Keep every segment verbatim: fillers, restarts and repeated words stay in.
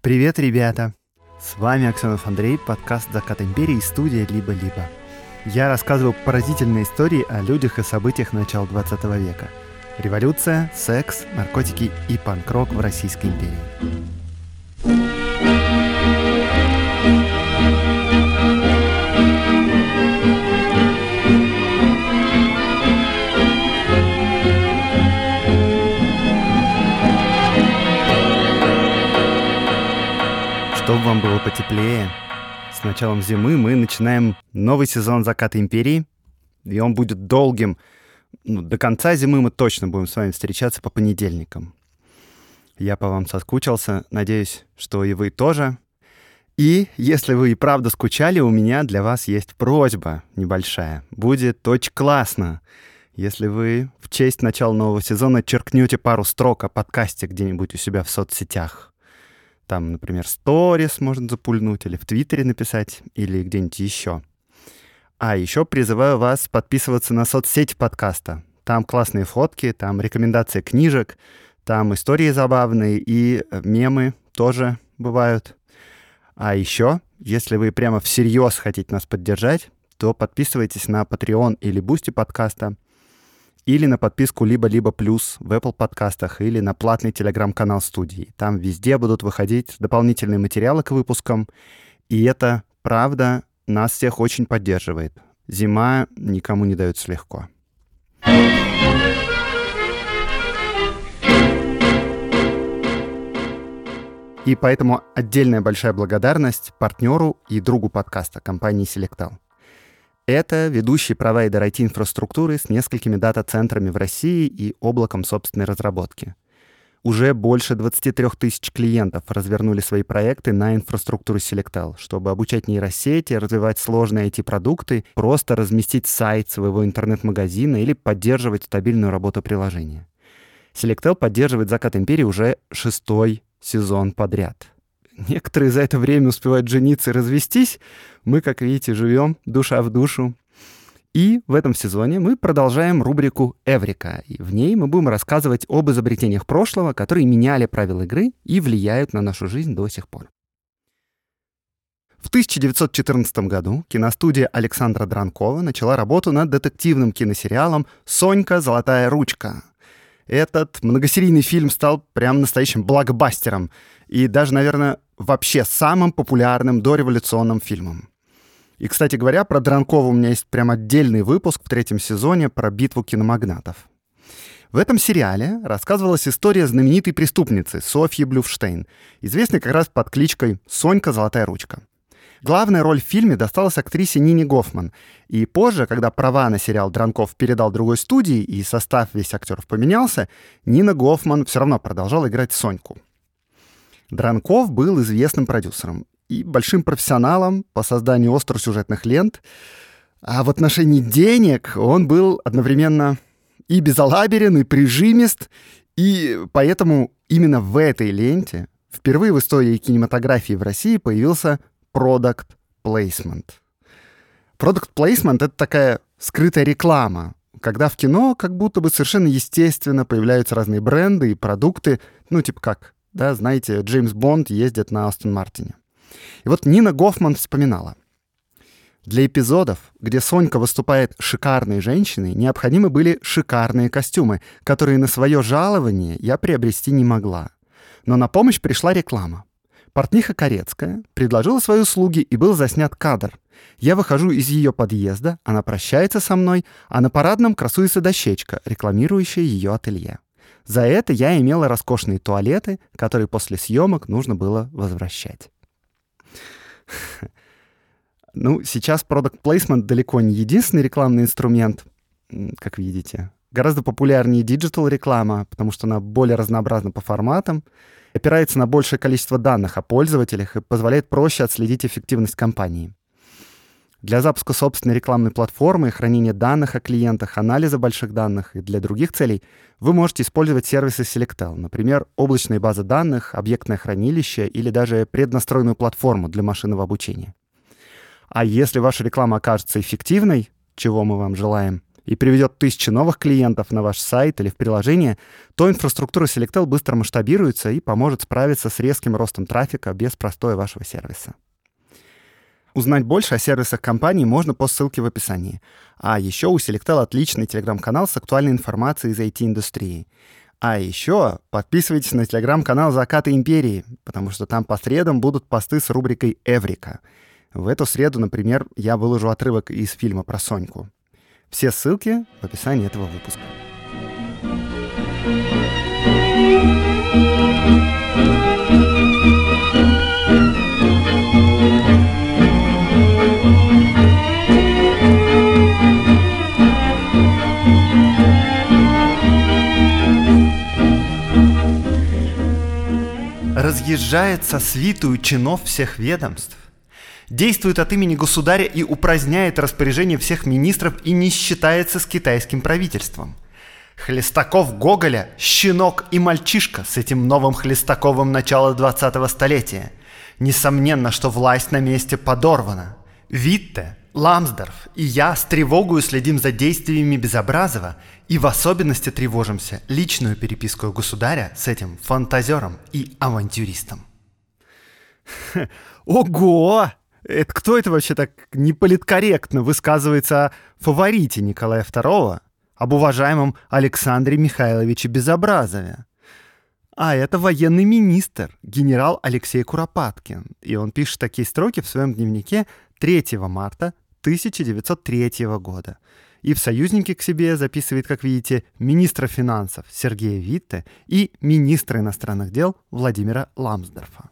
Привет, ребята! С вами Аксенов Андрей, подкаст «Закат империи» и студия «Либо-либо». Я рассказываю поразительные истории о людях и событиях начала двадцатого века. Революция, секс, наркотики и панк-рок в Российской империи. Чтобы вам было потеплее, с началом зимы мы начинаем новый сезон «Заката империи», и он будет долгим. Ну, до конца зимы мы точно будем с вами встречаться по понедельникам. Я по вам соскучился, надеюсь, что и вы тоже. И если вы и правда скучали, у меня для вас есть просьба небольшая. Будет очень классно, если вы в честь начала нового сезона черкнете пару строк о подкасте где-нибудь у себя в соцсетях. Там, например, сторис можно запульнуть, или в Твиттере написать, или где-нибудь еще. А еще призываю вас подписываться на соцсети подкаста. Там классные фотки, там рекомендации книжек, там истории забавные и мемы тоже бывают. А еще, если вы прямо всерьез хотите нас поддержать, то подписывайтесь на Patreon или Boosty подкаста, или на подписку «Либо-либо плюс» в Apple подкастах, или на платный телеграм-канал студии. Там везде будут выходить дополнительные материалы к выпускам, и это, правда, нас всех очень поддерживает. Зима никому не дается легко. И поэтому отдельная большая благодарность партнеру и другу подкаста, компании Selectal. Это ведущий провайдер ай ти-инфраструктуры с несколькими дата-центрами в России и облаком собственной разработки. Уже больше двадцать три тысячи клиентов развернули свои проекты на инфраструктуру Selectal, чтобы обучать нейросети, развивать сложные ай ти-продукты, просто разместить сайт своего интернет-магазина или поддерживать стабильную работу приложения. Selectal поддерживает «Закат империи» уже шестой сезон подряд. Некоторые за это время успевают жениться и развестись. Мы, как видите, живем душа в душу. И в этом сезоне мы продолжаем рубрику «Эврика». И в ней мы будем рассказывать об изобретениях прошлого, которые меняли правила игры и влияют на нашу жизнь до сих пор. В тысяча девятьсот четырнадцатом году киностудия Александра Дранкова начала работу над детективным киносериалом «Сонька. Золотая ручка». Этот многосерийный фильм стал прям настоящим блокбастером и даже, наверное, вообще самым популярным дореволюционным фильмом. И, кстати говоря, про Дранкова у меня есть прям отдельный выпуск в третьем сезоне про битву киномагнатов. В этом сериале рассказывалась история знаменитой преступницы Софьи Блюфштейн, известной как раз под кличкой «Сонька. Золотая ручка». Главная роль в фильме досталась актрисе Нине Гофман. И позже, когда права на сериал Дранков передал другой студии и состав весь актеров поменялся, Нина Гофман все равно продолжала играть Соньку. Дранков был известным продюсером и большим профессионалом по созданию остросюжетных лент, а в отношении денег он был одновременно и безалаберен, и прижимист, и поэтому именно в этой ленте впервые в истории кинематографии в России появился Product Placement. Product Placement — это такая скрытая реклама, когда в кино как будто бы совершенно естественно появляются разные бренды и продукты, ну, типа как, да, знаете, Джеймс Бонд ездит на Астон Мартине. И вот Нина Гофман вспоминала. Для эпизодов, где Сонька выступает шикарной женщиной, необходимы были шикарные костюмы, которые на свое жалование я приобрести не могла. Но на помощь пришла реклама. Портниха Корецкая предложила свои услуги, и был заснят кадр. Я выхожу из ее подъезда, она прощается со мной, а на парадном красуется дощечка, рекламирующая ее ателье. За это я имела роскошные туалеты, которые после съемок нужно было возвращать. Ну, сейчас Product Placement далеко не единственный рекламный инструмент, как видите. Гораздо популярнее диджитал-реклама, потому что она более разнообразна по форматам, опирается на большее количество данных о пользователях и позволяет проще отследить эффективность компании. Для запуска собственной рекламной платформы, хранения данных о клиентах, анализа больших данных и для других целей вы можете использовать сервисы Selectal, например, облачные базы данных, объектное хранилище или даже преднастроенную платформу для машинного обучения. А если ваша реклама окажется эффективной, чего мы вам желаем, и приведет тысячи новых клиентов на ваш сайт или в приложение, то инфраструктура Selectel быстро масштабируется и поможет справиться с резким ростом трафика без простоя вашего сервиса. Узнать больше о сервисах компании можно по ссылке в описании. А еще у Selectel отличный телеграм-канал с актуальной информацией из ай ти-индустрии. А еще подписывайтесь на телеграм-канал «Закаты империи», потому что там по средам будут посты с рубрикой «Эврика». В эту среду, например, я выложу отрывок из фильма про Соньку. Все ссылки в описании этого выпуска. Разъезжает со свитую чинов всех ведомств, действует от имени государя и упраздняет распоряжение всех министров и не считается с китайским правительством. Хлестаков Гоголя, щенок и мальчишка с этим новым Хлестаковым начала двадцатого столетия. Несомненно, что власть на месте подорвана. Витте, Ламсдорф и я с тревогою следим за действиями Безобразова и в особенности тревожимся личную переписку государя с этим фантазером и авантюристом. Ого! Это кто это вообще так неполиткорректно высказывается о фаворите Николая второго, об уважаемом Александре Михайловиче Безобразове? А это военный министр, генерал Алексей Куропаткин. И он пишет такие строки в своем дневнике третьего марта тысяча девятьсот третьего года. И в союзники к себе записывает, как видите, министра финансов Сергея Витте и министра иностранных дел Владимира Ламсдорфа.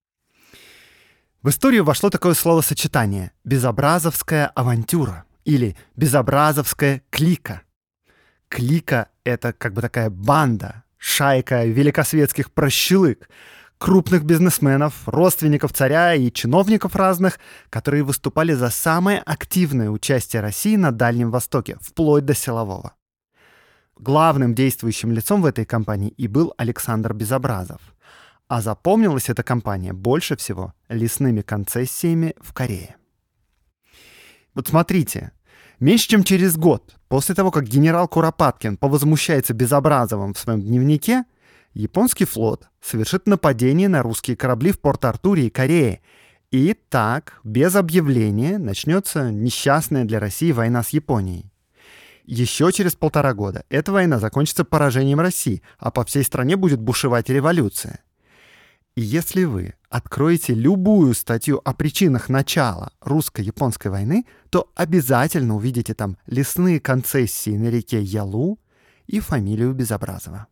В историю вошло такое словосочетание «безобразовская авантюра» или «безобразовская клика». Клика — это как бы такая банда, шайка великосветских прощелык, крупных бизнесменов, родственников царя и чиновников разных, которые выступали за самое активное участие России на Дальнем Востоке, вплоть до силового. Главным действующим лицом в этой кампании и был Александр Безобразов. А запомнилась эта кампания больше всего лесными концессиями в Корее. Вот смотрите, меньше чем через год после того, как генерал Куропаткин повозмущается Безобразовым в своем дневнике, японский флот совершит нападение на русские корабли в Порт-Артуре и Корее. И так, без объявления, начнется несчастная для России война с Японией. Еще через полтора года эта война закончится поражением России, а по всей стране будет бушевать революция. И если вы откроете любую статью о причинах начала русско-японской войны, то обязательно увидите там лесные концессии на реке Ялу и фамилию Безобразова.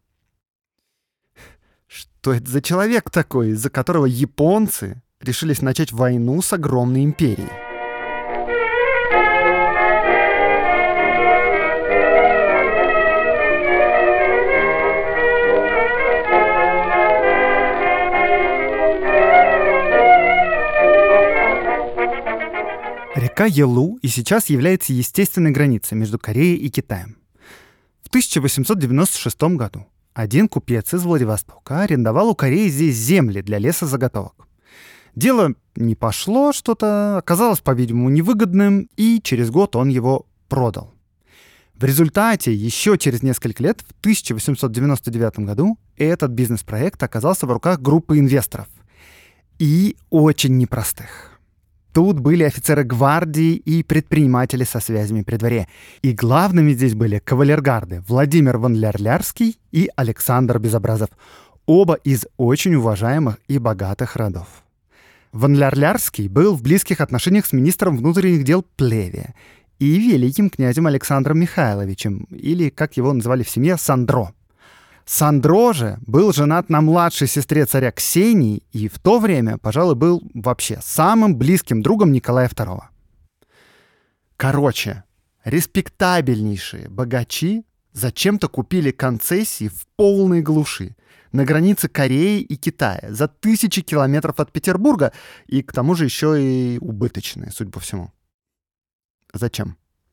Что это за человек такой, из-за которого японцы решились начать войну с огромной империей? Река Ялу и сейчас является естественной границей между Кореей и Китаем. В тысяча восемьсот девяносто шестом году один купец из Владивостока арендовал у Кореи здесь земли для лесозаготовок. Дело не пошло, что-то оказалось, по-видимому, невыгодным, и через год он его продал. В результате еще через несколько лет, в тысяча восемьсот девяносто девятом году, этот бизнес-проект оказался в руках группы инвесторов. И очень непростых. Тут были офицеры гвардии и предприниматели со связями при дворе. И главными здесь были кавалергарды Владимир Вонляр-Лярский и Александр Безобразов. Оба из очень уважаемых и богатых родов. Вонляр-Лярский был в близких отношениях с министром внутренних дел Плеве и великим князем Александром Михайловичем, или, как его называли в семье, Сандро. Сандро же был женат на младшей сестре царя Ксении и в то время, пожалуй, был вообще самым близким другом Николая второго. Короче, респектабельнейшие богачи зачем-то купили концессии в полной глуши на границе Кореи и Китая за тысячи километров от Петербурга и к тому же еще и убыточные, судя по всему. Зачем?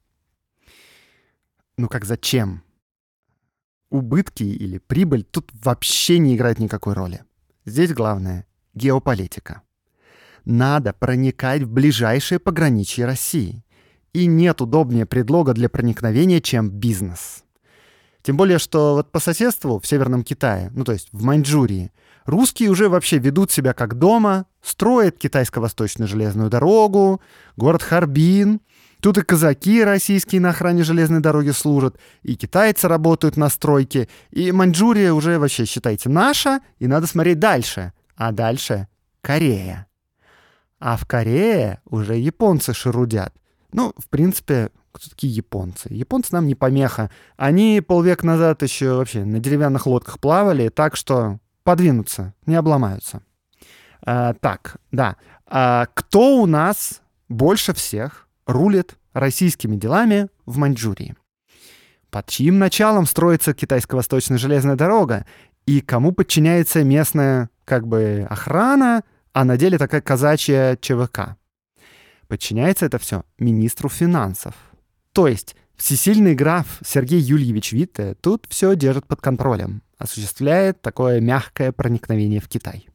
Ну как зачем? Убытки или прибыль тут вообще не играют никакой роли. Здесь главное — геополитика. Надо проникать в ближайшие пограничья России. и нет удобнее предлога для проникновения, чем бизнес. Тем более, что вот по соседству в Северном Китае, ну то есть в Маньчжурии, русские уже вообще ведут себя как дома, строят китайско-восточную железную дорогу, город Харбин. Тут и казаки российские на охране железной дороги служат, и китайцы работают на стройке, и Маньчжурия уже вообще, считайте, наша, и надо смотреть дальше. А дальше Корея. А в Корее уже японцы шарудят. Ну, в принципе, кто такие японцы? Японцы нам не помеха. Они полвека назад еще вообще на деревянных лодках плавали, так что подвинутся, не обломаются. А, так, да. А кто у нас больше всех рулит российскими делами в Маньчжурии? Под чьим началом строится китайско-восточная железная дорога? И кому подчиняется местная, как бы, охрана, а на деле такая казачья ЧВК? Подчиняется это все министру финансов. То есть всесильный граф Сергей Юльевич Витте тут все держит под контролем, осуществляет такое мягкое проникновение в Китай.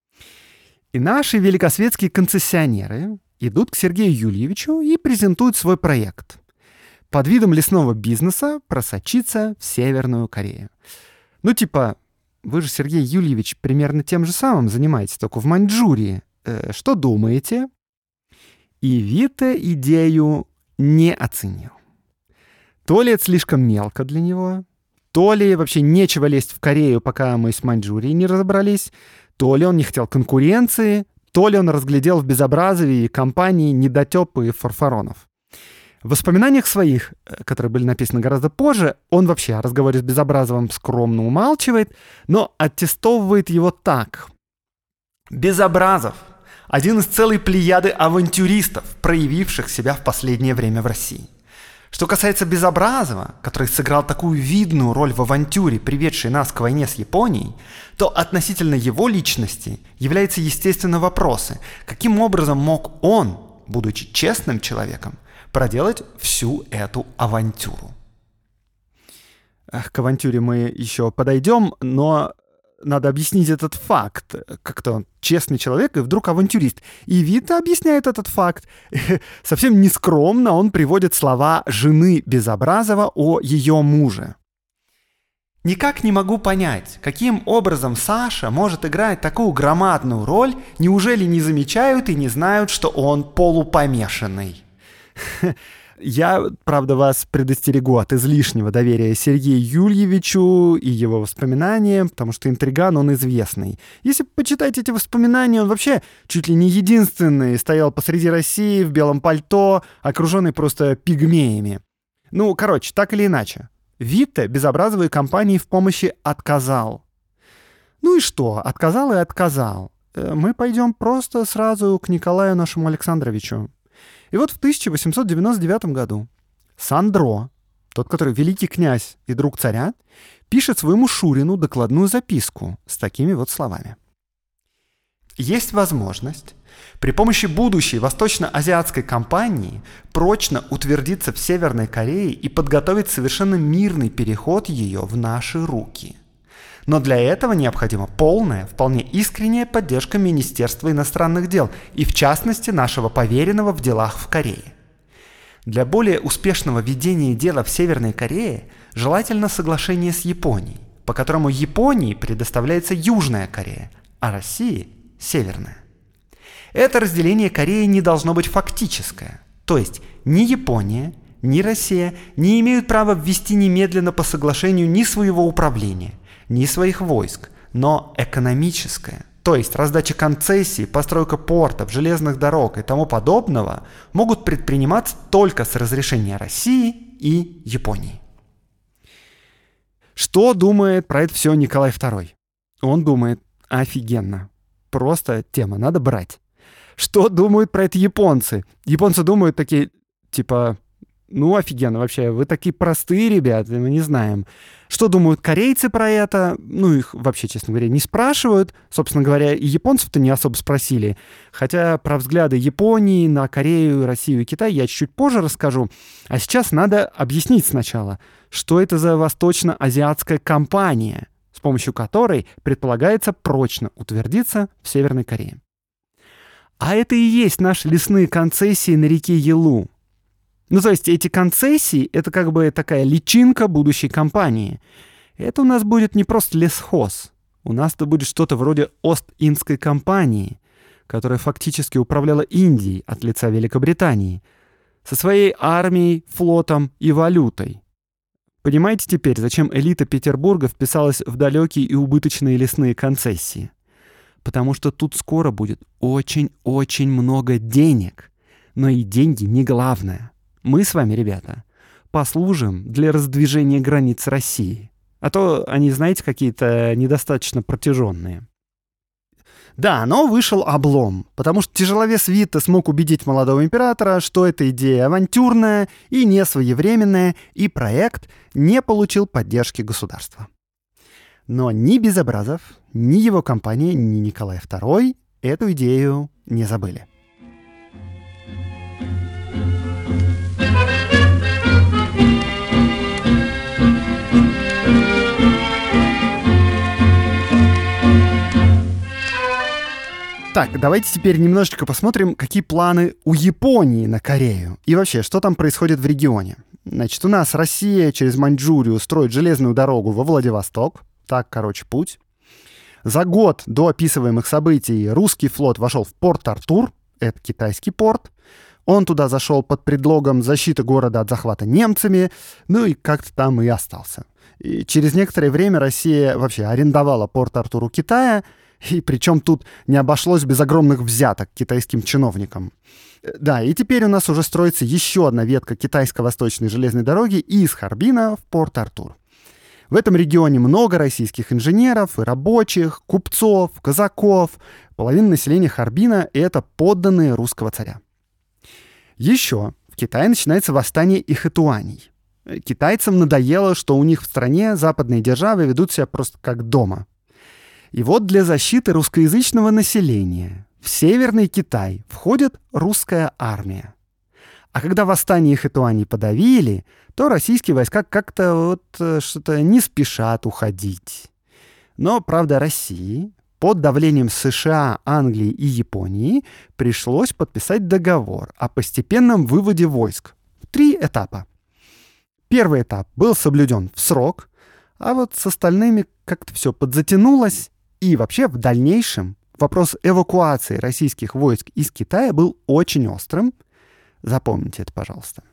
И наши великосветские концессионеры идут к Сергею Юльевичу и презентуют свой проект. Под видом лесного бизнеса просочиться в Северную Корею. Ну типа, вы же, Сергей Юльевич, примерно тем же самым занимаетесь, только в Маньчжурии. Э, что думаете? И Витте идею не оценил. То ли это слишком мелко для него, то ли вообще нечего лезть в Корею, пока мы с Маньчжурией не разобрались, то ли он не хотел конкуренции, то ли он разглядел в Безобразове компании недотёпы и фарфаронов. В воспоминаниях своих, которые были написаны гораздо позже, он вообще о разговоре с Безобразовым скромно умалчивает, но аттестовывает его так. Безобразов — один из целой плеяды авантюристов, проявивших себя в последнее время в России. Что касается Безобразова, который сыграл такую видную роль в авантюре, приведшей нас к войне с Японией, то относительно его личности является естественно вопросы, каким образом мог он, будучи честным человеком, проделать всю эту авантюру. К авантюре мы еще подойдем, но надо объяснить этот факт. Как-то он честный человек и вдруг авантюрист. И Витте объясняет этот факт. Совсем нескромно он приводит слова жены Безобразова о ее муже. «Никак не могу понять, каким образом Саша может играть такую громадную роль, неужели не замечают и не знают, что он полупомешанный?» Я, правда, вас предостерегу от излишнего доверия Сергею Юльевичу и его воспоминаниям, потому что интриган он известный. Если почитать эти воспоминания, он вообще чуть ли не единственный стоял посреди России в белом пальто, окруженный просто пигмеями. Ну, короче, так или иначе, Витте Безобразовой компании в помощи отказал. Ну и что? Отказал и отказал. Мы пойдем просто сразу к Николаю нашему Александровичу. И вот в тысяча восемьсот девяносто девятом году Сандро, тот, который великий князь и друг царя, пишет своему Шурину докладную записку с такими вот словами. «Есть возможность при помощи будущей восточно-азиатской компании прочно утвердиться в Северной Корее и подготовить совершенно мирный переход ее в наши руки. Но для этого необходима полная, вполне искренняя поддержка Министерства иностранных дел и, в частности, нашего поверенного в делах в Корее. Для более успешного ведения дела в Северной Корее желательно соглашение с Японией, по которому Японии предоставляется Южная Корея, а России – Северная. Это разделение Кореи не должно быть фактическое, то есть ни Япония, ни Россия не имеют права ввести немедленно по соглашению ни своего управления, ни своих войск, но экономическое, то есть раздача концессий, постройка портов, железных дорог и тому подобного, могут предприниматься только с разрешения России и Японии». Что думает про это все Николай второй? Он думает: офигенно, просто тема, надо брать. Что думают про это японцы? Японцы думают такие, типа... Ну, офигенно вообще, вы такие простые ребята, мы не знаем. Что думают корейцы про это? Ну, их вообще, честно говоря, не спрашивают. Собственно говоря, и японцев-то не особо спросили. Хотя про взгляды Японии на Корею, Россию и Китай я чуть позже расскажу. А сейчас надо объяснить сначала, что это за восточно-азиатская компания, с помощью которой предполагается прочно утвердиться в Северной Корее. А это и есть наши лесные концессии на реке Елу. Ну, то есть эти концессии — это как бы такая личинка будущей компании. Это у нас будет не просто лесхоз. У нас это будет что-то вроде Ост-Индской компании, которая фактически управляла Индией от лица Великобритании, со своей армией, флотом и валютой. Понимаете теперь, зачем элита Петербурга вписалась в далекие и убыточные лесные концессии? Потому что тут скоро будет очень-очень много денег. Но и деньги не главное. Мы с вами, ребята, послужим для раздвижения границ России. А то они, знаете, какие-то недостаточно протяженные. Да, но вышел облом, потому что тяжеловес Витте смог убедить молодого императора, что эта идея авантюрная и несвоевременная, и проект не получил поддержки государства. Но ни Безобразов, ни его компания, ни Николай второй эту идею не забыли. Так, давайте теперь немножечко посмотрим, какие планы у Японии на Корею. И вообще, что там происходит в регионе. Значит, у нас Россия через Маньчжурию строит железную дорогу во Владивосток. Так, короче, путь. За год до описываемых событий русский флот вошел в Порт-Артур. Это китайский порт. Он туда зашел под предлогом защиты города от захвата немцами. Ну и как-то там и остался. И через некоторое время Россия вообще арендовала Порт-Артур у Китая. И причем тут не обошлось без огромных взяток китайским чиновникам. Да, и теперь у нас уже строится еще одна ветка китайско-восточной железной дороги из Харбина в Порт-Артур. В этом регионе много российских инженеров и рабочих, купцов, казаков. Половина населения Харбина — это подданные русского царя. Еще в Китае начинается восстание ихэтуаней. Китайцам надоело, что у них в стране западные державы ведут себя просто как дома. И вот для защиты русскоязычного населения в Северный Китай входит русская армия. А когда восстание ихэтуаней подавили, то российские войска как-то вот что-то не спешат уходить. Но, правда, России под давлением США, Англии и Японии пришлось подписать договор о постепенном выводе войск в три этапа. Первый этап был соблюден в срок, а вот с остальными как-то все подзатянулось. И вообще в дальнейшем вопрос эвакуации российских войск из Китая был очень острым. Запомните это, пожалуйста.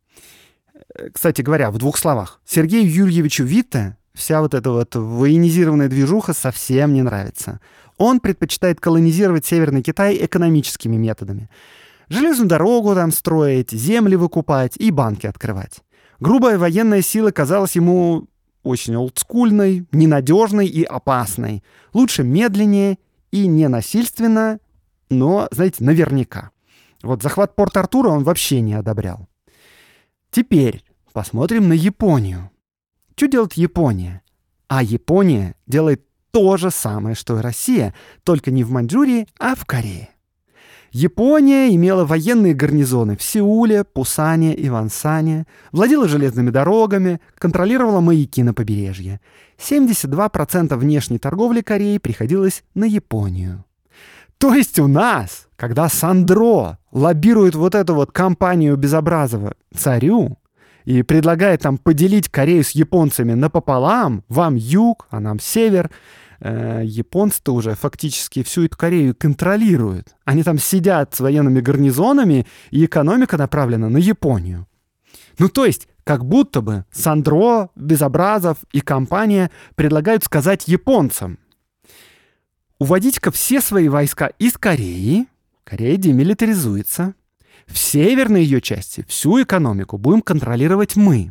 Кстати говоря, в двух словах. Сергею Юрьевичу Витте вся вот эта вот военизированная движуха совсем не нравится. Он предпочитает колонизировать Северный Китай экономическими методами. Железную дорогу там строить, земли выкупать и банки открывать. Грубая военная сила казалась ему очень олдскульной, ненадежной и опасной. Лучше медленнее и ненасильственно, но, знаете, наверняка. Вот захват Порт-Артура он вообще не одобрял. Теперь посмотрим на Японию. Что делает Япония? А Япония делает то же самое, что и Россия, только не в Маньчжурии, а в Корее. Япония имела военные гарнизоны в Сеуле, Пусане и Вансане, владела железными дорогами, контролировала маяки на побережье. семьдесят два процента внешней торговли Кореи приходилось на Японию. То есть у нас, когда Сандро лоббирует вот эту вот компанию Безобразова царю и предлагает там поделить Корею с японцами напополам, вам юг, а нам север, э, японцы-то уже фактически всю эту Корею контролируют. Они там сидят с военными гарнизонами, и экономика направлена на Японию. Ну то есть, как будто бы Сандро, Безобразов и компания предлагают сказать японцам: уводите-ка все свои войска из Кореи, Корея демилитаризуется, в северной ее части всю экономику будем контролировать мы.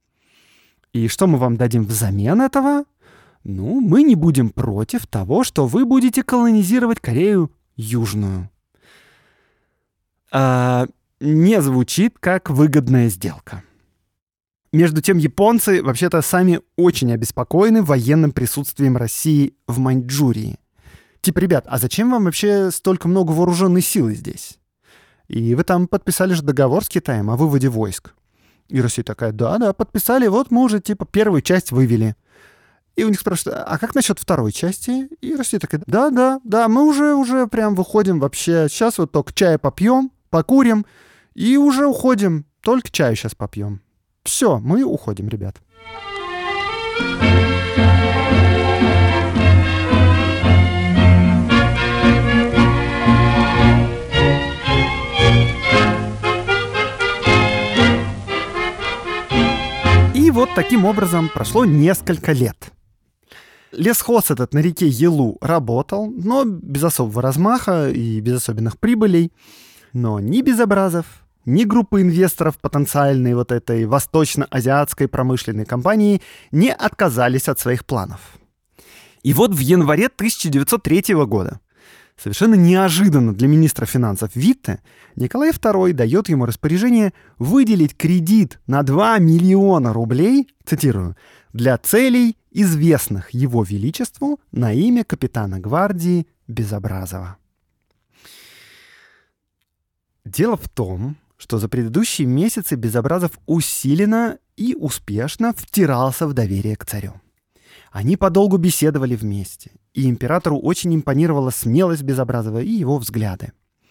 И что мы вам дадим взамен этого? Ну, мы не будем против того, что вы будете колонизировать Корею Южную. А, не звучит как выгодная сделка. Между тем, японцы вообще-то сами очень обеспокоены военным присутствием России в Маньчжурии. Типа, ребят, а зачем вам вообще столько много вооруженной силы здесь? И вы там подписали же договор с Китаем о выводе войск. И Россия такая: да-да, подписали, вот мы уже типа первую часть вывели. И у них спрашивают: а как насчет второй части? И Россия такая: да-да, да, мы уже, уже прям выходим вообще. Сейчас вот только чая попьем, покурим и уже уходим. только чаю сейчас попьем. Все, мы уходим, ребят. И вот таким образом прошло несколько лет. Лесхоз этот на реке Елу работал, но без особого размаха и без особенных прибылей. Но ни Безобразов, ни группы инвесторов потенциальной вот этой восточно-азиатской промышленной компании не отказались от своих планов. И вот в январе тысяча девятьсот третьего года, совершенно неожиданно для министра финансов Витте, Николай второй дает ему распоряжение выделить кредит на два миллиона рублей, цитирую, для целей, известных его величеству, на имя капитана гвардии Безобразова. Дело в том, что за предыдущие месяцы Безобразов усиленно и успешно втирался в доверие к царю. Они подолгу беседовали вместе, и императору очень импонировала смелость Безобразова и его взгляды.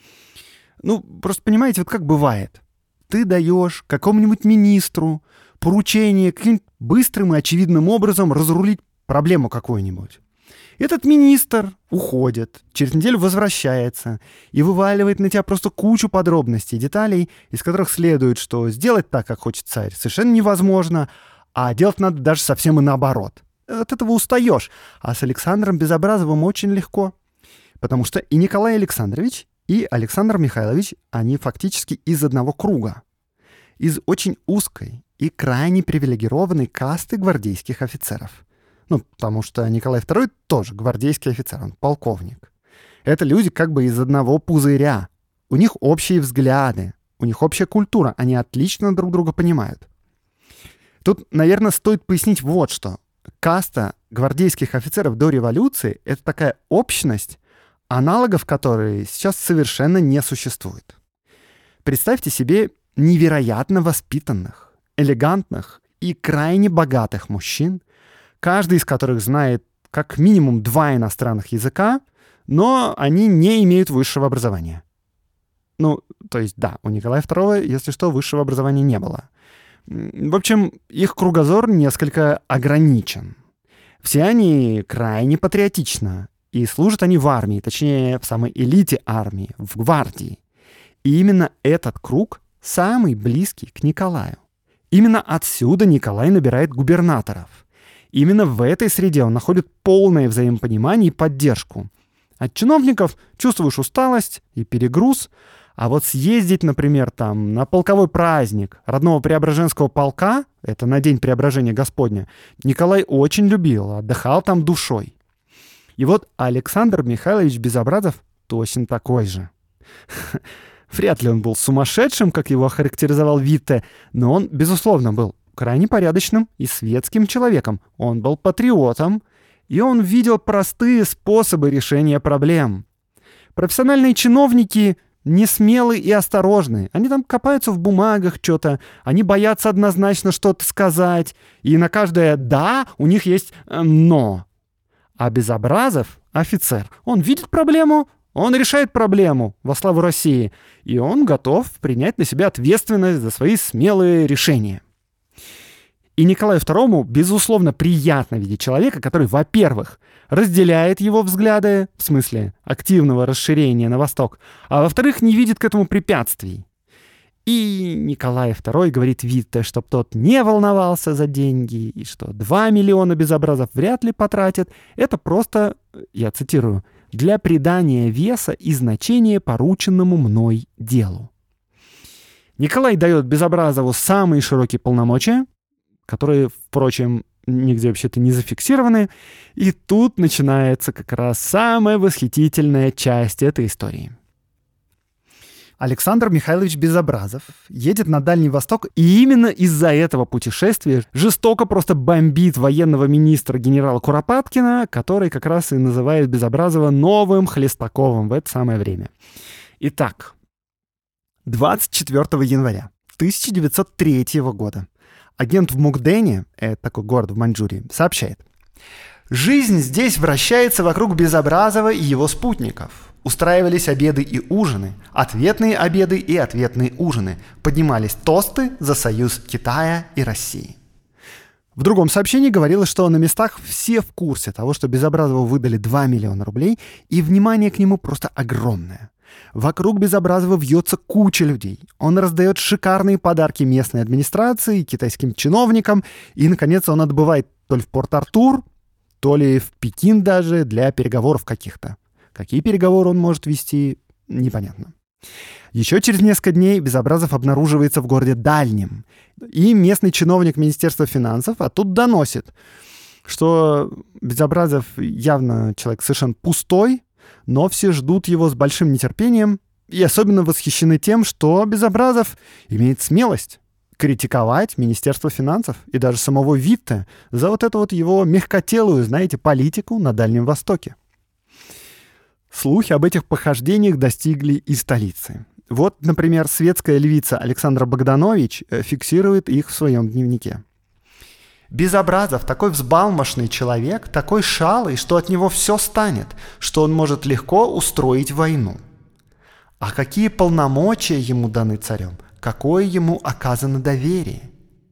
Ну, просто понимаете, вот как бывает. Ты даешь какому-нибудь министру поручение каким-то быстрым и очевидным образом разрулить проблему какую-нибудь. Этот министр уходит, через неделю возвращается и вываливает на тебя просто кучу подробностей, деталей, из которых следует, что сделать так, как хочет царь, совершенно невозможно, а делать надо даже совсем и наоборот. От этого устаешь. А с Александром Безобразовым очень легко. Потому что и Николай Александрович, и Александр Михайлович, они фактически из одного круга. Из очень узкой и крайне привилегированной касты гвардейских офицеров. Ну, потому что Николай второй тоже гвардейский офицер, он полковник. Это люди как бы из одного пузыря. У них общие взгляды, у них общая культура, они отлично друг друга понимают. Тут, наверное, стоит пояснить вот что. Каста гвардейских офицеров до революции — это такая общность, аналогов которой сейчас совершенно не существует. Представьте себе невероятно воспитанных, элегантных и крайне богатых мужчин, каждый из которых знает как минимум два иностранных языка, но они не имеют высшего образования. Ну, то есть, да, у Николая второго, если что, высшего образования не было. В общем, их кругозор несколько ограничен. Все они крайне патриотичны, и служат они в армии, точнее, в самой элите армии, в гвардии. И именно этот круг самый близкий к Николаю. Именно отсюда Николай набирает губернаторов. Именно в этой среде он находит полное взаимопонимание и поддержку. От чиновников чувствуешь усталость и перегруз, а вот съездить, например, там, на полковой праздник родного Преображенского полка, это на День Преображения Господня, Николай очень любил, отдыхал там душой. И вот Александр Михайлович Безобразов точно такой же. Вряд ли он был сумасшедшим, как его охарактеризовал Витте, но он, безусловно, был крайне порядочным и светским человеком. Он был патриотом, и он видел простые способы решения проблем. Профессиональные чиновники не смелы и осторожны. Они там копаются в бумагах что-то, они боятся однозначно что-то сказать, и на каждое «да» у них есть «но». А Безобразов — офицер. Он видит проблему, он решает проблему во славу России, и он готов принять на себя ответственность за свои смелые решения. И Николаю второму, безусловно, приятно видеть человека, который, во-первых, разделяет его взгляды, в смысле активного расширения на восток, а во-вторых, не видит к этому препятствий. И Николай второй говорит Витте, чтоб тот не волновался за деньги, и что два миллиона Безобразов вряд ли потратят. Это просто, я цитирую, «для придания веса и значения порученному мной делу». Николай дает Безобразову самые широкие полномочия, которые, впрочем, нигде вообще-то не зафиксированы. И тут начинается как раз самая восхитительная часть этой истории. Александр Михайлович Безобразов едет на Дальний Восток, и именно из-за этого путешествия жестоко просто бомбит военного министра генерала Куропаткина, который как раз и называет Безобразова новым Хлестаковым в это самое время. Итак, двадцать четвёртого января тысяча девятьсот третьего года агент в Мукдене, это такой город в Маньчжурии, сообщает: Жизнь здесь вращается вокруг Безобразова и его спутников. Устраивались обеды и ужины, ответные обеды и ответные ужины. Поднимались тосты за союз Китая и России. В другом сообщении говорилось, что на местах все в курсе того, что Безобразову выдали два миллиона рублей, и внимание к нему просто огромное. Вокруг Безобразова вьется куча людей. Он раздает шикарные подарки местной администрации и китайским чиновникам, и, наконец, он отбывает то ли в Порт-Артур, то ли в Пекин даже для переговоров каких-то. Какие переговоры он может вести, непонятно. Еще через несколько дней Безобразов обнаруживается в городе Дальнем. И местный чиновник Министерства финансов оттуда доносит, что Безобразов явно человек совершенно пустой, но все ждут его с большим нетерпением и особенно восхищены тем, что Безобразов имеет смелость критиковать Министерство финансов и даже самого Витте за вот эту вот его мягкотелую, знаете, политику на Дальнем Востоке. Слухи об этих похождениях достигли и столицы. Вот, например, светская львица Александра Богданович фиксирует их в своем дневнике. Безобразов такой взбалмошный человек, такой шалый, что от него все станет, что он может легко устроить войну. А какие полномочия ему даны царем, какое ему оказано доверие.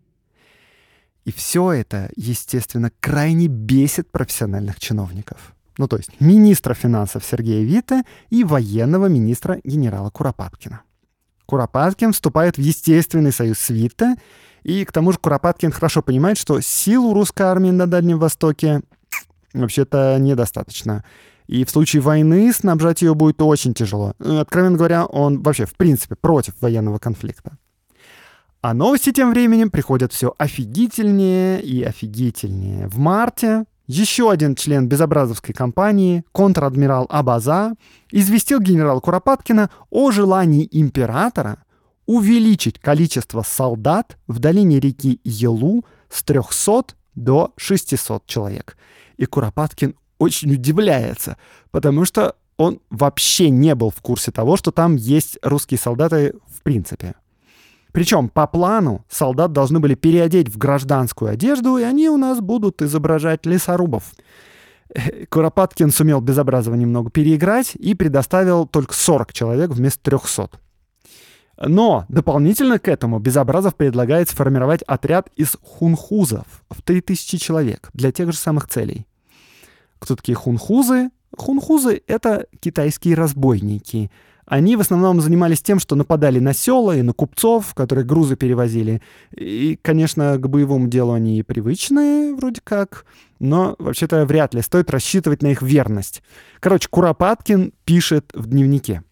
И все это, естественно, крайне бесит профессиональных чиновников. Ну, то есть министра финансов Сергея Витте и военного министра генерала Куропаткина. Куропаткин вступает в естественный союз с Витте, и к тому же Куропаткин хорошо понимает, что сил у русской армии на Дальнем Востоке вообще-то недостаточно. И в случае войны снабжать ее будет очень тяжело. Откровенно говоря, он вообще, в принципе, против военного конфликта. А новости тем временем приходят все офигительнее и офигительнее. В марте еще один член безобразовской компании, контр-адмирал Абаза, известил генерала Куропаткина о желании императора увеличить количество солдат в долине реки Елу с трехсот до шестисот человек. И Куропаткин очень удивляется, потому что он вообще не был в курсе того, что там есть русские солдаты в принципе. Причем по плану солдат должны были переодеть в гражданскую одежду, и они у нас будут изображать лесорубов. Куропаткин сумел Безобразова немного переиграть и предоставил только сорок человек вместо трехсот. Но дополнительно к этому Безобразов предлагает сформировать отряд из хунхузов в три тысячи человек для тех же самых целей. Кто такие хунхузы? Хунхузы — это китайские разбойники. Они в основном занимались тем, что нападали на села и на купцов, которые грузы перевозили. И, конечно, к боевому делу они привычные вроде как, но вообще-то вряд ли стоит рассчитывать на их верность. Короче, Куропаткин пишет в дневнике.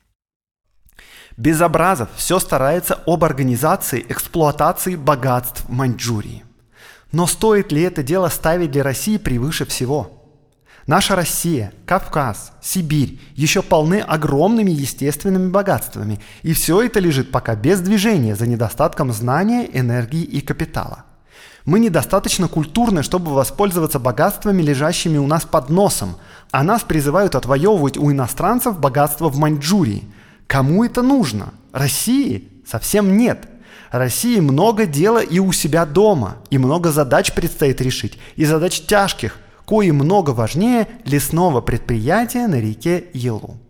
Безобразов все старается об организации эксплуатации богатств Маньчжурии. Но стоит ли это дело ставить для России превыше всего? Наша Россия, Кавказ, Сибирь еще полны огромными естественными богатствами, и все это лежит пока без движения за недостатком знания, энергии и капитала. Мы недостаточно культурны, чтобы воспользоваться богатствами, лежащими у нас под носом, а нас призывают отвоевывать у иностранцев богатство в Маньчжурии. Кому это нужно? России? Совсем нет. России много дела и у себя дома, и много задач предстоит решить, и задач тяжких, кои много важнее лесного предприятия на реке Елу.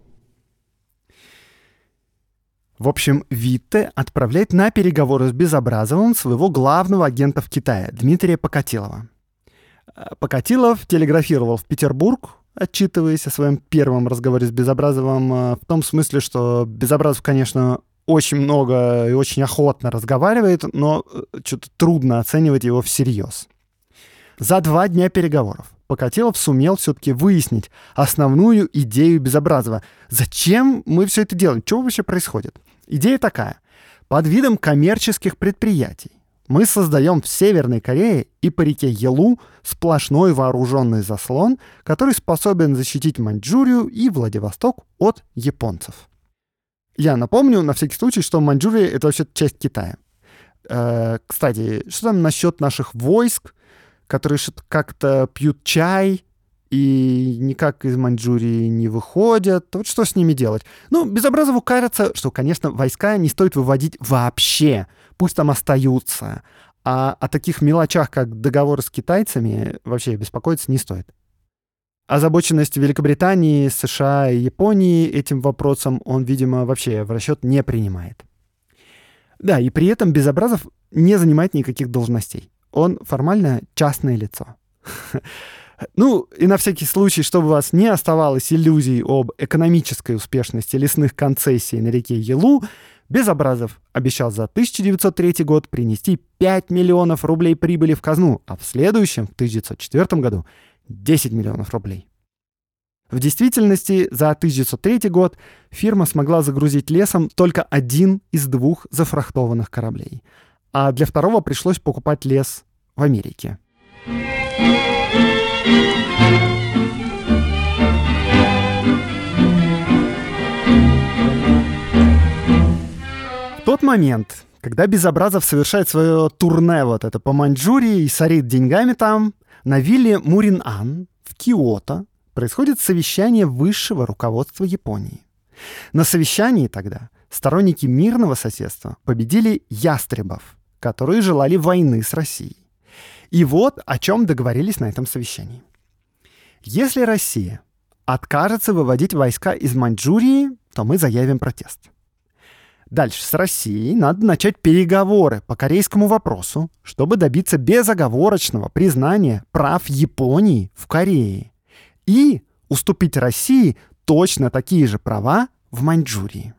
В общем, Витте отправляет на переговоры с Безобразовым своего главного агента в Китае, Дмитрия Покатилова. Покатилов телеграфировал в Петербург, отчитываясь о своем первом разговоре с Безобразовым, в том смысле, что Безобразов, конечно, очень много и очень охотно разговаривает, но что-то трудно оценивать его всерьез. За два дня переговоров Покатилов сумел все-таки выяснить основную идею Безобразова. Зачем мы все это делаем? Что вообще происходит? Идея такая. Под видом коммерческих предприятий мы создаем в Северной Корее и по реке Елу сплошной вооруженный заслон, который способен защитить Маньчжурию и Владивосток от японцев. Я напомню, на всякий случай, что Маньчжурия — это вообще часть Китая. Э, кстати, что там насчет наших войск, которые что-то как-то пьют чай и никак из Маньчжурии не выходят? Вот что с ними делать? Ну, Безобразову кажется, что, конечно, войска не стоит выводить вообще. Пусть там остаются. А о таких мелочах, как договоры с китайцами, вообще беспокоиться не стоит. озабоченность Великобритании, США и Японии этим вопросом он, видимо, вообще в расчет не принимает. Да, и при этом Безобразов не занимает никаких должностей. Он формально частное лицо. Ну, и на всякий случай, чтобы у вас не оставалось иллюзий об экономической успешности лесных концессий на реке Елу, Безобразов обещал за тысяча девятьсот третий год принести пять миллионов рублей прибыли в казну, а в следующем, в тысяча девятьсот четвёртом году, десять миллионов рублей. В действительности, за тысяча девятьсот третий год фирма смогла загрузить лесом только один из двух зафрахтованных кораблей, а для второго пришлось покупать лес в Америке. В тот момент, когда Безобразов совершает свое турне вот это по Маньчжурии и сорит деньгами там, на вилле Мурин-Ан в Киото происходит совещание высшего руководства Японии. На совещании тогда сторонники мирного соседства победили ястребов, которые желали войны с Россией. И вот о чем договорились на этом совещании. Если Россия откажется выводить войска из Маньчжурии, то мы заявим протест. Дальше с Россией надо начать переговоры по корейскому вопросу, чтобы добиться безоговорочного признания прав Японии в Корее и уступить России точно такие же права в Маньчжурии.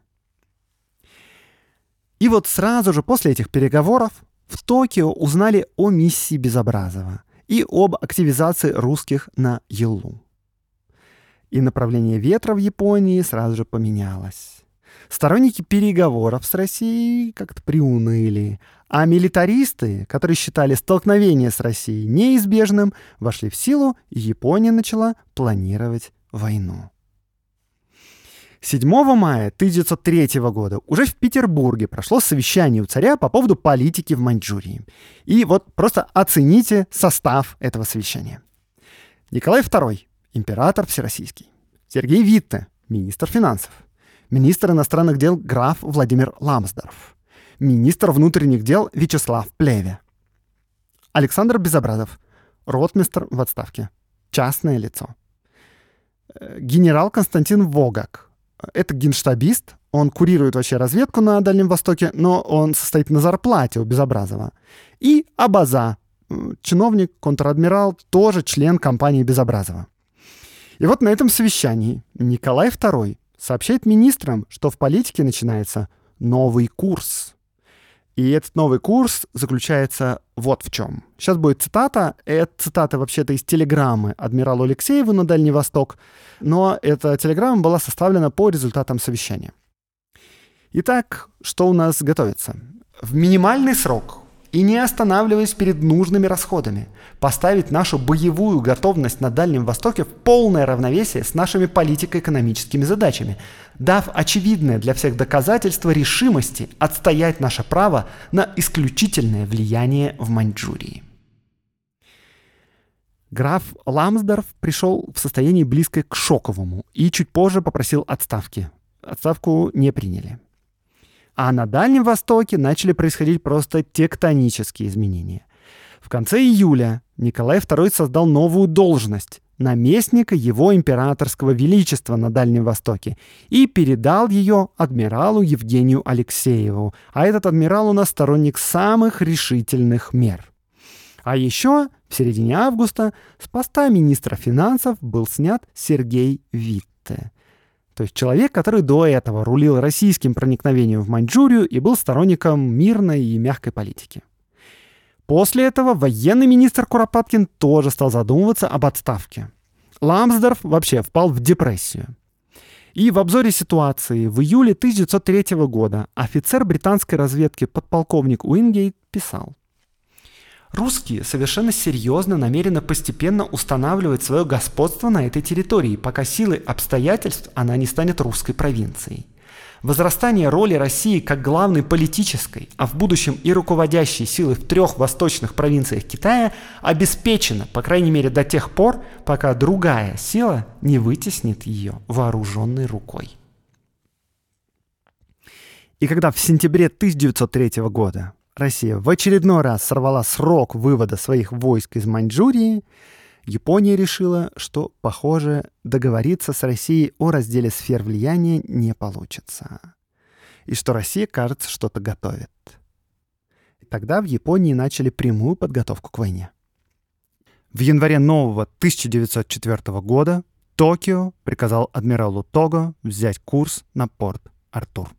И вот сразу же после этих переговоров в Токио узнали о миссии Безобразова и об активизации русских на Елу. И направление ветра в Японии сразу же поменялось. Сторонники переговоров с Россией как-то приуныли, а милитаристы, которые считали столкновение с Россией неизбежным, вошли в силу, и Япония начала планировать войну. седьмого мая тысяча девятьсот третьего года уже в Петербурге прошло совещание у царя по поводу политики в Маньчжурии. И вот просто оцените состав этого совещания. Николай второй, император всероссийский. Сергей Витте, министр финансов. Министр иностранных дел граф Владимир Ламсдорф. Министр внутренних дел Вячеслав Плеве. Александр Безобразов, ротмистр в отставке. Частное лицо. Генерал Константин Вогак. Это генштабист, он курирует вообще разведку на Дальнем Востоке, но он состоит на зарплате у Безобразова. И Абаза, чиновник, контр-адмирал, тоже член компании Безобразова. И вот на этом совещании Николай второй сообщает министрам, что в политике начинается новый курс. И этот новый курс заключается вот в чем. Сейчас будет цитата. Это цитата вообще-то из телеграммы адмиралу Алексееву на Дальний Восток, но эта телеграмма была составлена по результатам совещания. Итак, что у нас готовится? В минимальный срок и не останавливаясь перед нужными расходами, поставить нашу боевую готовность на Дальнем Востоке в полное равновесие с нашими политико-экономическими задачами, дав очевидное для всех доказательство решимости отстоять наше право на исключительное влияние в Маньчжурии. Граф Ламсдорф пришел в состоянии близкое к шоковому и чуть позже попросил отставки. Отставку не приняли. А на Дальнем Востоке начали происходить просто тектонические изменения. В конце июля Николай второй создал новую должность – наместника его императорского величества на Дальнем Востоке и передал ее адмиралу Евгению Алексееву. А этот адмирал у нас сторонник самых решительных мер. А еще в середине августа с поста министра финансов был снят Сергей Витте. То есть человек, который до этого рулил российским проникновением в Маньчжурию и был сторонником мирной и мягкой политики. После этого военный министр Куропаткин тоже стал задумываться об отставке. Ламсдорф вообще впал в депрессию. И в обзоре ситуации в июле тысяча девятьсот третьего года офицер британской разведки подполковник Уингейт писал: «Русские совершенно серьезно намерены постепенно устанавливать свое господство на этой территории, пока силой обстоятельств она не станет русской провинцией. Возрастание роли России как главной политической, а в будущем и руководящей силы в трех восточных провинциях Китая обеспечено, по крайней мере, до тех пор, пока другая сила не вытеснит ее вооруженной рукой». И когда в сентябре тысяча девятьсот третьего года Россия в очередной раз сорвала срок вывода своих войск из Маньчжурии, Япония решила, что, похоже, договориться с Россией о разделе сфер влияния не получится. И что Россия, кажется, что-то готовит. И тогда в Японии начали прямую подготовку к войне. В январе нового тысяча девятьсот четвёртого года Токио приказал адмиралу Того взять курс на порт Артур.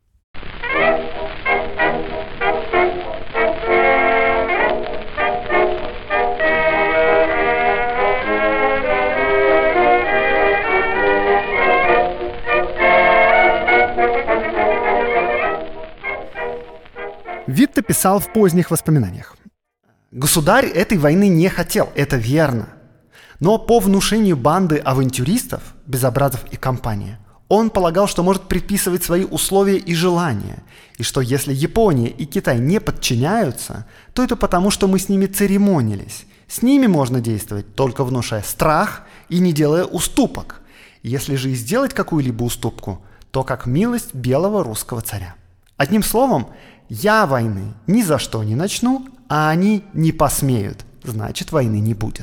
Витте писал в поздних воспоминаниях: «Государь этой войны не хотел, это верно. Но по внушению банды авантюристов, Безобразов и компания, он полагал, что может предписывать свои условия и желания, и что если Япония и Китай не подчиняются, то это потому, что мы с ними церемонились. С ними можно действовать, только внушая страх и не делая уступок. Если же и сделать какую-либо уступку, то как милость белого русского царя. Одним словом, я войны ни за что не начну, а они не посмеют, значит, войны не будет».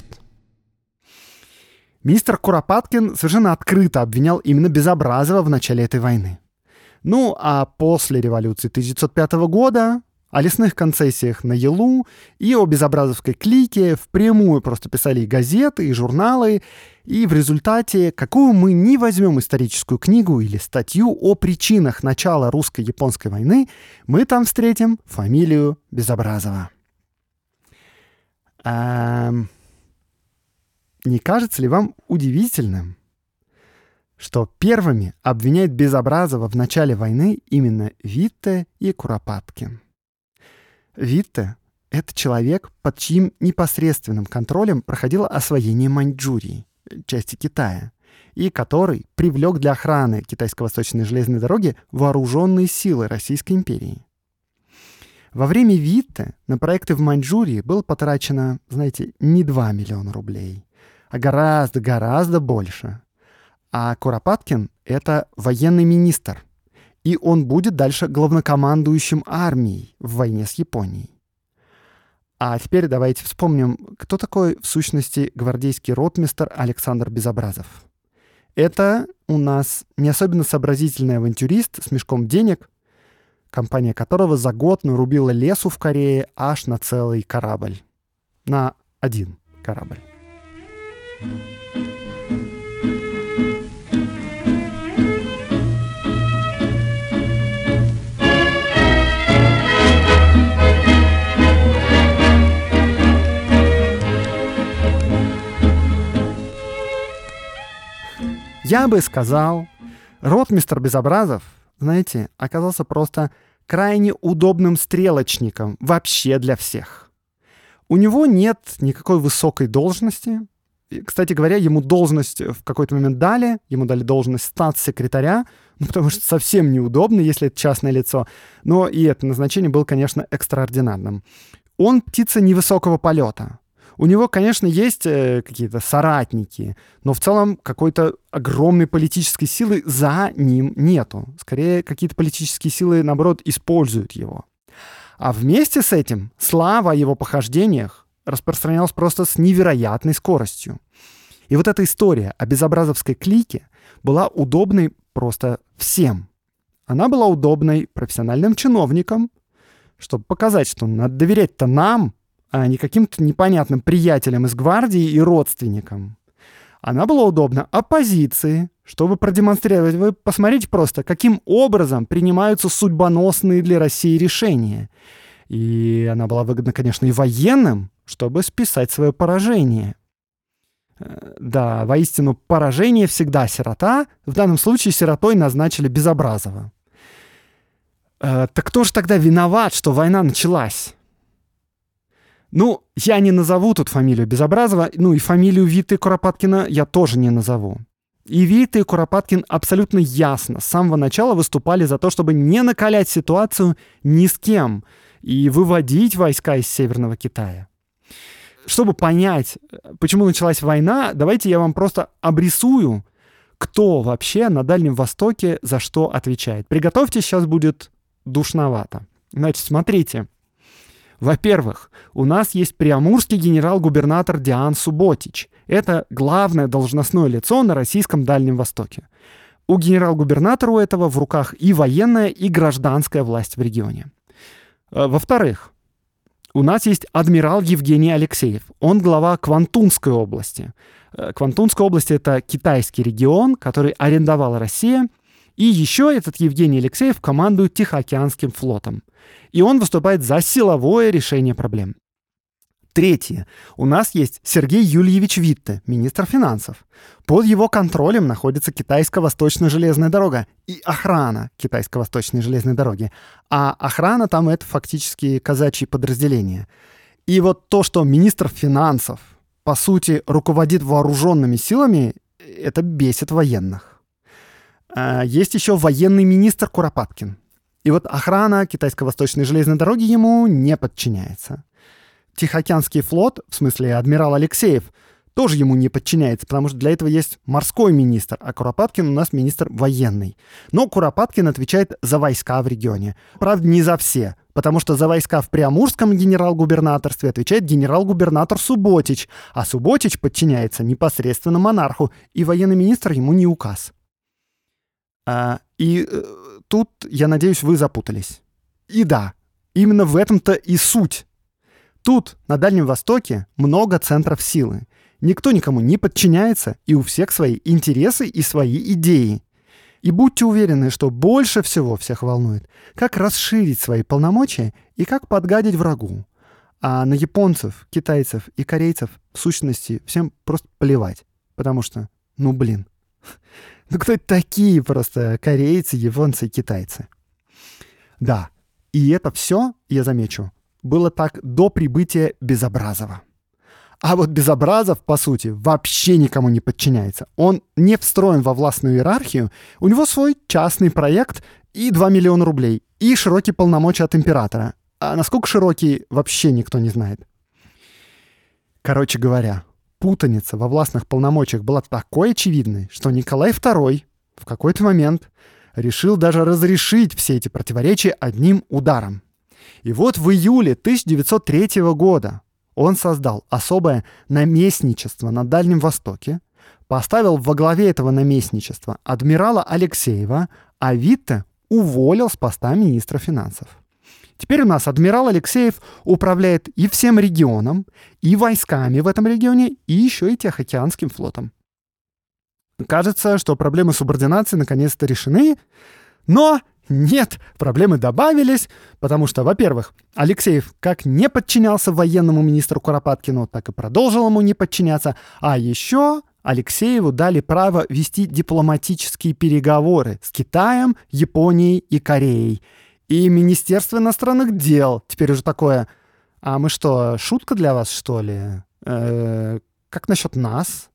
Министр Куропаткин совершенно открыто обвинял именно Безобразова в начале этой войны. Ну, а после революции тысяча девятьсот пятого года о лесных концессиях на Елу и о безобразовской клике впрямую просто писали и газеты, и журналы, и в результате, какую мы ни возьмем историческую книгу или статью о причинах начала русско-японской войны, мы там встретим фамилию Безобразова. Эм... Не кажется ли вам удивительным, что первыми обвиняют Безобразова в начале войны именно Витте и Куропаткин? Витте — это человек, под чьим непосредственным контролем проходило освоение Маньчжурии, части Китая, и который привлек для охраны Китайско-Восточной железной дороги вооруженные силы Российской империи. Во время Витте на проекты в Маньчжурии было потрачено, знаете, не два миллиона рублей, а гораздо-гораздо больше. А Куропаткин — это военный министр, и он будет дальше главнокомандующим армией в войне с Японией. А теперь давайте вспомним, кто такой, в сущности, гвардейский ротмистр Александр Безобразов. Это у нас не особенно сообразительный авантюрист с мешком денег, компания которого за год нарубила лесу в Корее аж на целый корабль. На один корабль. Я бы сказал, ротмистр Безобразов, знаете, оказался просто крайне удобным стрелочником вообще для всех. У него нет никакой высокой должности. И, кстати говоря, ему должность в какой-то момент дали, ему дали должность статс-секретаря, ну, потому что совсем неудобно, если это частное лицо. Но и это назначение было, конечно, экстраординарным. Он птица невысокого полета. У него, конечно, есть э, какие-то соратники, но в целом какой-то огромной политической силы за ним нету. Скорее, какие-то политические силы, наоборот, используют его. А вместе с этим слава о его похождениях распространялась просто с невероятной скоростью. И вот эта история о безобразовской клике была удобной просто всем. Она была удобной профессиональным чиновникам, чтобы показать, что надо доверять-то нам, а не каким-то непонятным приятелям из гвардии и родственникам. Она была удобна оппозиции, чтобы продемонстрировать, вы посмотрите просто, каким образом принимаются судьбоносные для России решения. И она была выгодна, конечно, и военным, чтобы списать свое поражение. Да, воистину, поражение всегда сирота. В данном случае сиротой назначили Безобразова. Так кто же тогда виноват, что война началась? Ну, я не назову тут фамилию Безобразова, ну и фамилию Витте и Куропаткина я тоже не назову. И Витте и Куропаткин абсолютно ясно с самого начала выступали за то, чтобы не накалять ситуацию ни с кем и выводить войска из Северного Китая. Чтобы понять, почему началась война, давайте я вам просто обрисую, кто вообще на Дальнем Востоке за что отвечает. Приготовьтесь, сейчас будет душновато. Значит, смотрите. Во-первых, у нас есть приамурский генерал-губернатор Диан Субботич. Это главное должностное лицо на российском Дальнем Востоке. У генерал-губернатора у этого в руках и военная, и гражданская власть в регионе. Во-вторых, у нас есть адмирал Евгений Алексеев. Он глава Квантунской области. Квантунская область — это китайский регион, который арендовала Россия. И еще этот Евгений Алексеев командует Тихоокеанским флотом. И он выступает за силовое решение проблем. Третье. У нас есть Сергей Юльевич Витте, министр финансов. Под его контролем находится Китайско-Восточная железная дорога и охрана Китайско-Восточной железной дороги. А охрана там — это фактически казачьи подразделения. И вот то, что министр финансов, по сути, руководит вооруженными силами, это бесит военных. Есть еще военный министр Куропаткин. И вот охрана Китайско-Восточной железной дороги ему не подчиняется. Тихоокеанский флот, в смысле адмирал Алексеев, тоже ему не подчиняется, потому что для этого есть морской министр, а Куропаткин у нас министр военный. Но Куропаткин отвечает за войска в регионе. Правда, не за все, потому что за войска в Приамурском генерал-губернаторстве отвечает генерал-губернатор Субботич, а Субботич подчиняется непосредственно монарху, и военный министр ему не указ. А, и э, тут, я надеюсь, вы запутались. И да, именно в этом-то и суть. Тут, на Дальнем Востоке, много центров силы. Никто никому не подчиняется, и у всех свои интересы и свои идеи. И будьте уверены, что больше всего всех волнует, как расширить свои полномочия и как подгадить врагу. А на японцев, китайцев и корейцев, в сущности, всем просто плевать. Потому что, ну блин, ну кто это такие просто корейцы, японцы и китайцы? Да, и это все, я замечу, было так до прибытия Безобразова. А вот Безобразов, по сути, вообще никому не подчиняется. Он не встроен во властную иерархию, у него свой частный проект и два миллиона рублей, и широкие полномочия от императора. А насколько широкие, вообще никто не знает. Короче говоря, путаница во властных полномочиях была такой очевидной, что Николай второй в какой-то момент решил даже разрешить все эти противоречия одним ударом. И вот в июле тысяча девятьсот третьего года он создал особое наместничество на Дальнем Востоке, поставил во главе этого наместничества адмирала Алексеева, а Витте уволил с поста министра финансов. Теперь у нас адмирал Алексеев управляет и всем регионом, и войсками в этом регионе, и еще и Тихоокеанским флотом. Кажется, что проблемы субординации наконец-то решены, но нет, проблемы добавились, потому что, во-первых, Алексеев как не подчинялся военному министру Куропаткину, так и продолжил ему не подчиняться, а еще Алексееву дали право вести дипломатические переговоры с Китаем, Японией и Кореей. И Министерство иностранных дел теперь уже такое: а мы что, шутка для вас, что ли? Э-э, как насчет нас?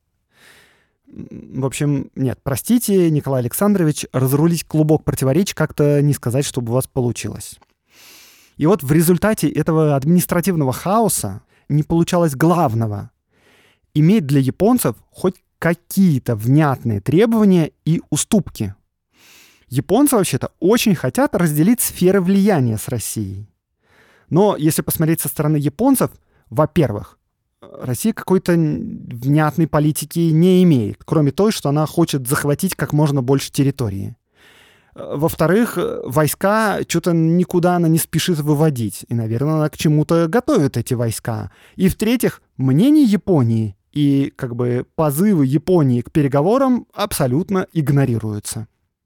В общем, нет, простите, Николай Александрович, разрулить клубок противоречий как-то не сказать, чтобы у вас получилось. И вот в результате этого административного хаоса не получалось главного — иметь для японцев хоть какие-то внятные требования и уступки. Японцы вообще-то очень хотят разделить сферы влияния с Россией. Но если посмотреть со стороны японцев, во-первых, Россия какой-то внятной политики не имеет, кроме той, что она хочет захватить как можно больше территории. Во-вторых, войска что-то никуда она не спешит выводить, и, наверное, она к чему-то готовит эти войска. И в-третьих, мнение Японии и как бы позывы Японии к переговорам абсолютно игнорируются.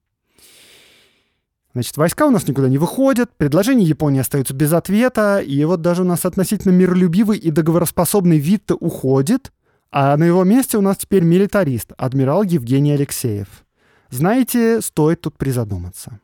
Значит, войска у нас никуда не выходят, предложения Японии остаются без ответа, и вот даже у нас относительно миролюбивый и договороспособный Витте уходит, а на его месте у нас теперь милитарист, адмирал Евгений Алексеев. Знаете, стоит тут призадуматься.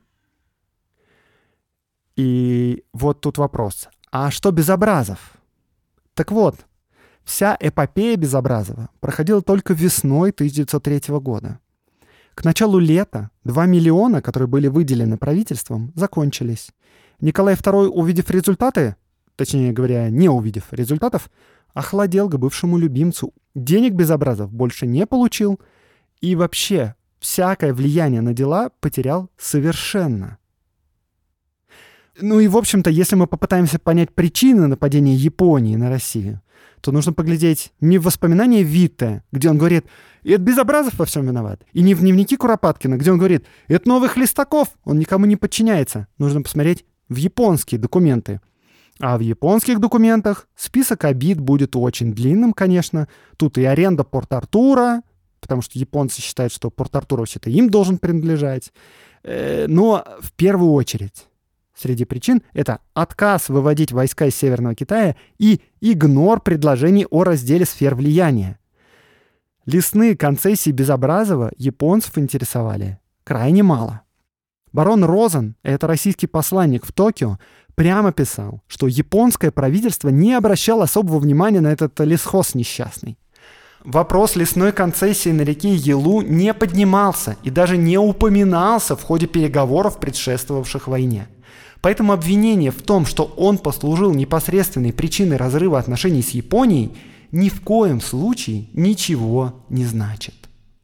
И вот тут вопрос. А что Безобразов? Так вот, вся эпопея Безобразова проходила только весной тысяча девятьсот третьего года. К началу лета два миллиона, которые были выделены правительством, закончились. Николай второй, увидев результаты, точнее говоря, не увидев результатов, охладел к бывшему любимцу. Денег Безобразов больше не получил и вообще всякое влияние на дела потерял совершенно. Ну и, в общем-то, если мы попытаемся понять причины нападения Японии на Россию, то нужно поглядеть не в воспоминания Витте, где он говорит, это Безобразов во всем виноват, и не в дневники Куропаткина, где он говорит, это новый Хлестаков, он никому не подчиняется. Нужно посмотреть в японские документы. А в японских документах список обид будет очень длинным, конечно. Тут и аренда Порт-Артура, потому что японцы считают, что Порт-Артур вообще-то им должен принадлежать. Но в первую очередь среди причин это отказ выводить войска из Северного Китая и игнор предложений о разделе сфер влияния. Лесные концессии Безобразова японцев интересовали крайне мало. Барон Розен, это российский посланник в Токио, прямо писал, что японское правительство не обращало особого внимания на этот лесхоз несчастный. Вопрос лесной концессии на реке Елу не поднимался и даже не упоминался в ходе переговоров, предшествовавших войне. Поэтому обвинение в том, что он послужил непосредственной причиной разрыва отношений с Японией, ни в коем случае ничего не значит.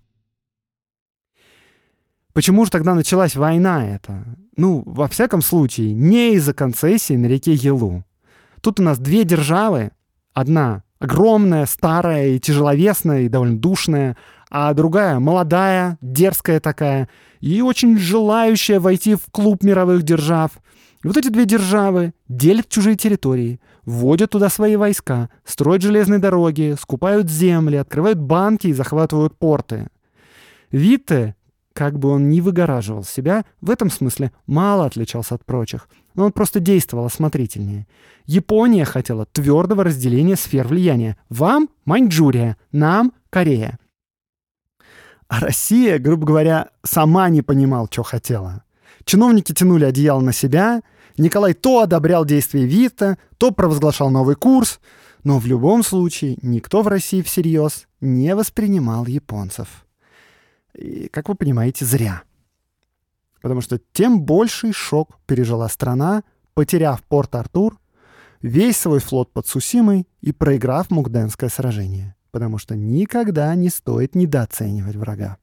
Почему же тогда началась война эта? Ну, во всяком случае, не из-за концессии на реке Елу. Тут у нас две державы. Одна огромная, старая и тяжеловесная, и довольно душная, а другая молодая, дерзкая такая, и очень желающая войти в клуб мировых держав. И вот эти две державы делят чужие территории, вводят туда свои войска, строят железные дороги, скупают земли, открывают банки и захватывают порты. Витте, как бы он ни выгораживал себя, в этом смысле мало отличался от прочих, но он просто действовал осмотрительнее. Япония хотела твердого разделения сфер влияния. Вам — Маньчжурия, нам — Корея. А Россия, грубо говоря, сама не понимала, что хотела. Чиновники тянули одеяло на себя, Николай то одобрял действия Витте, то провозглашал новый курс, но в любом случае никто в России всерьез не воспринимал японцев. И, как вы понимаете, зря. Потому что тем больший шок пережила страна, потеряв Порт-Артур, весь свой флот под Цусимой и проиграв Мукденское сражение. Потому что никогда не стоит недооценивать врага.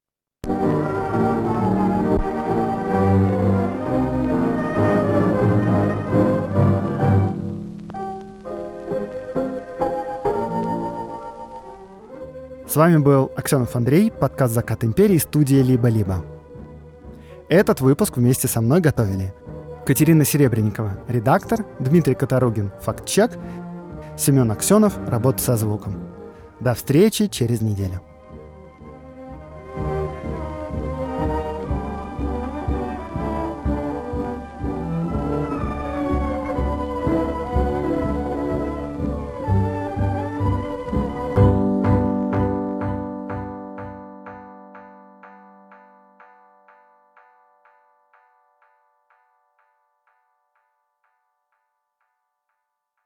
С вами был Аксенов Андрей, подкаст «Закат империи», студия «Либо-либо». Этот выпуск вместе со мной готовили Катерина Серебренникова, редактор, Дмитрий Катаругин, факт-чек, Семен Аксенов, работа со звуком. До встречи через неделю.